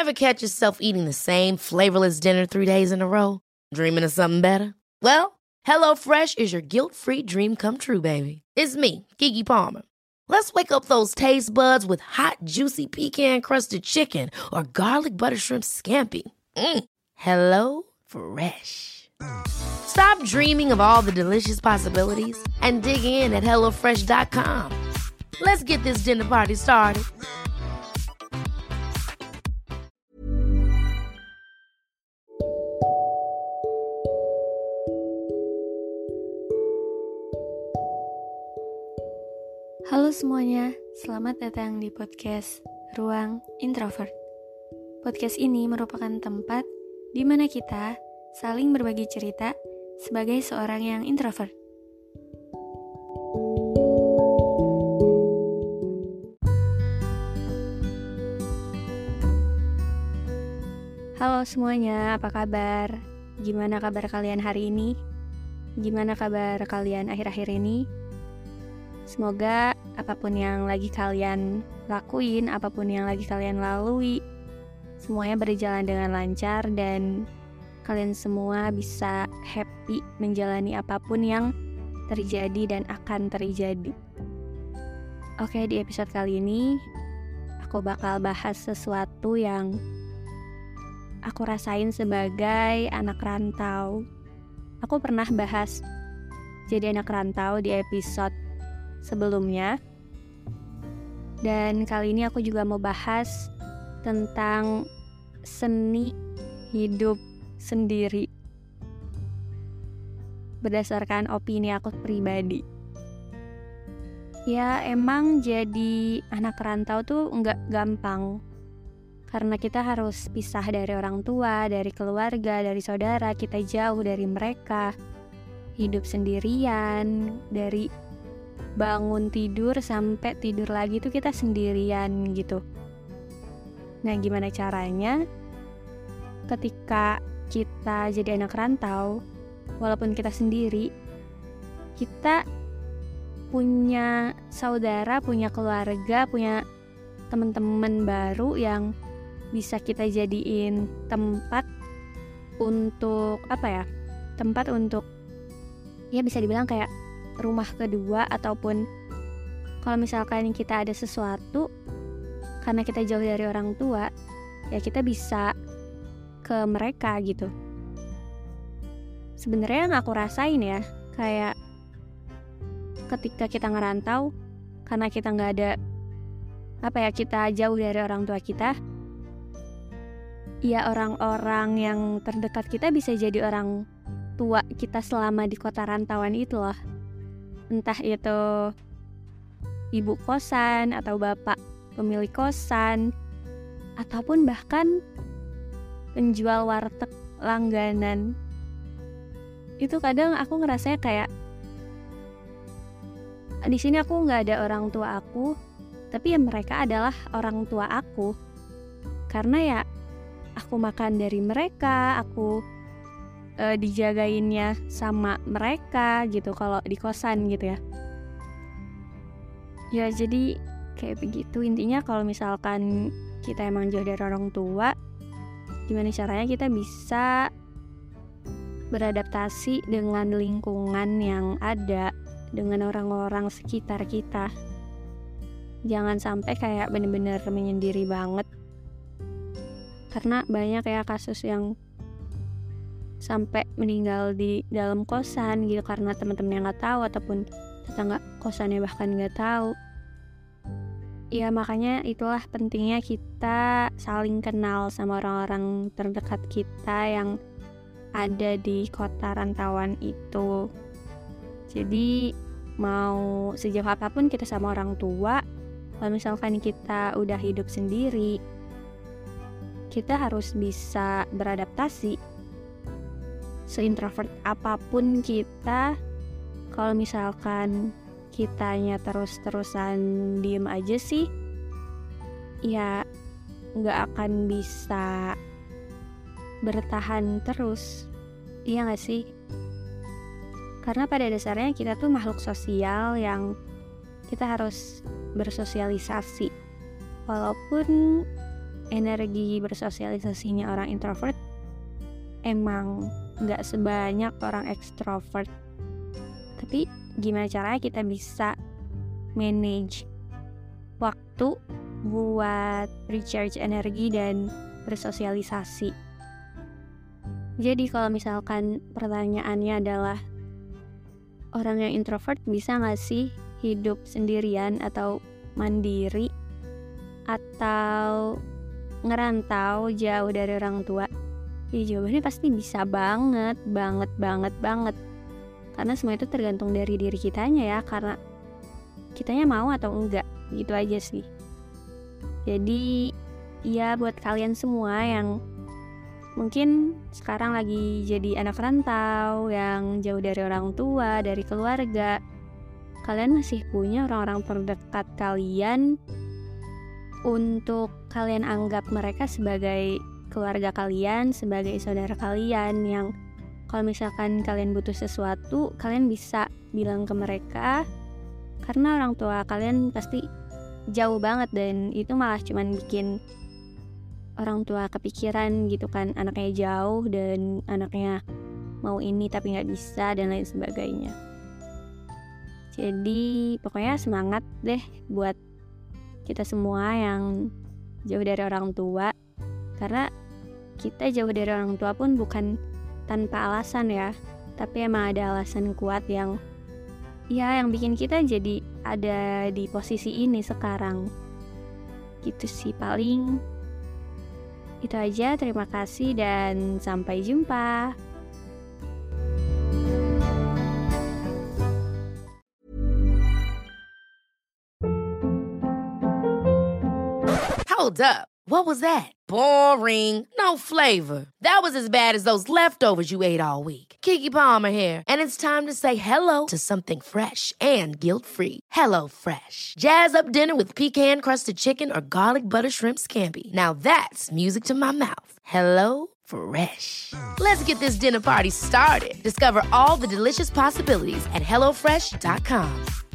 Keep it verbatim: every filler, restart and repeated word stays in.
Ever catch yourself eating the same flavorless dinner three days in a row? Dreaming of something better? Well, HelloFresh is your guilt-free dream come true, baby. It's me, Keke Palmer. Let's wake up those taste buds with hot, juicy pecan-crusted chicken or garlic butter shrimp scampi. Mm. Hello Fresh. Stop dreaming of all the delicious possibilities and dig in at hello fresh dot com. Let's get this dinner party started. Halo semuanya, selamat datang di podcast Ruang Introvert. Podcast ini merupakan tempat di mana kita saling berbagi cerita sebagai seorang yang introvert. Halo semuanya, apa kabar? Gimana kabar kalian hari ini? Gimana kabar kalian akhir-akhir ini? Semoga apapun yang lagi kalian lakuin, apapun yang lagi kalian lalui, semuanya berjalan dengan lancar dan kalian semua bisa happy menjalani apapun yang terjadi dan akan terjadi. Oke, di episode kali ini aku bakal bahas sesuatu yang aku rasain sebagai anak rantau. Aku pernah bahas jadi anak rantau di episode sebelumnya. Dan kali ini aku juga mau bahas tentang seni hidup sendiri berdasarkan opini aku pribadi. Ya emang jadi anak rantau tuh nggak gampang, karena kita harus pisah dari orang tua, dari keluarga, dari saudara, kita jauh dari mereka, hidup sendirian, dari bangun tidur sampai tidur lagi tuh kita sendirian gitu. Nah, gimana caranya ketika kita jadi anak rantau, walaupun kita sendiri, kita punya saudara, punya keluarga, punya teman-teman baru yang bisa kita jadiin tempat untuk apa ya? Tempat untuk ya bisa dibilang kayak rumah kedua, ataupun kalau misalkan kita ada sesuatu karena kita jauh dari orang tua, ya kita bisa ke mereka gitu. Sebenarnya yang aku rasain ya, kayak ketika kita ngerantau, karena kita nggak ada apa ya, kita jauh dari orang tua kita, ya orang-orang yang terdekat kita bisa jadi orang tua kita selama di kota rantauan itu loh. Entah itu ibu kosan atau bapak pemilik kosan, ataupun bahkan penjual warteg langganan. Itu kadang aku ngerasanya kayak di sini aku nggak ada orang tua aku, tapi ya mereka adalah orang tua aku. Karena ya aku makan dari mereka, aku e, dijagainnya sama mereka gitu kalau di kosan gitu ya. Ya jadi kayak begitu intinya. Kalau misalkan kita emang jauh dari orang tua, gimana caranya kita bisa beradaptasi dengan lingkungan yang ada, dengan orang-orang sekitar kita. Jangan sampai kayak bener-bener menyendiri banget. Karena banyak ya kasus yang sampai meninggal di dalam kosan gitu karena teman-temannya nggak tahu, ataupun tetangga kosannya bahkan nggak tahu. Ya makanya itulah pentingnya kita saling kenal sama orang-orang terdekat kita yang ada di kota rantauan itu. Jadi mau sejauh apapun kita sama orang tua, kalau misalkan kita udah hidup sendiri, kita harus bisa beradaptasi. Se-introvert apapun kita, kalau misalkan kitanya terus-terusan diem aja sih, ya gak akan bisa bertahan terus. Iya gak sih? Karena pada dasarnya kita tuh makhluk sosial yang kita harus bersosialisasi. Walaupun energi bersosialisasinya orang introvert emang nggak sebanyak orang ekstrovert. Tapi gimana caranya kita bisa manage waktu buat recharge energi dan bersosialisasi. Jadi kalau misalkan pertanyaannya adalah orang yang introvert bisa nggak sih hidup sendirian atau mandiri atau ngerantau jauh dari orang tua? Ya jawabannya pasti bisa banget, banget, banget, banget. Karena semua itu tergantung dari diri kitanya ya, karena kitanya mau atau enggak, gitu aja sih. Jadi ya buat kalian semua yang mungkin sekarang lagi jadi anak rantau, yang jauh dari orang tua, dari keluarga, kalian masih punya orang-orang terdekat kalian untuk kalian anggap mereka sebagai keluarga kalian, sebagai saudara kalian, yang kalau misalkan kalian butuh sesuatu, kalian bisa bilang ke mereka, karena orang tua kalian pasti jauh banget dan itu malah cuman bikin orang tua kepikiran gitu kan, anaknya jauh dan anaknya mau ini tapi gak bisa dan lain sebagainya. Jadi pokoknya semangat deh buat kita semua yang jauh dari orang tua, karena kita jauh dari orang tua pun bukan tanpa alasan ya, tapi emang ada alasan kuat yang ya yang bikin kita jadi ada di posisi ini sekarang. Gitu sih paling. Itu aja, terima kasih dan sampai jumpa. Hold up. What was that? Boring. No flavor. That was as bad as those leftovers you ate all week. Keke Palmer here, and it's time to say hello to something fresh and guilt-free. Hello Fresh. Jazz up dinner with pecan-crusted chicken or garlic butter shrimp scampi. Now that's music to my mouth. Hello Fresh. Let's get this dinner party started. Discover all the delicious possibilities at hello fresh dot com.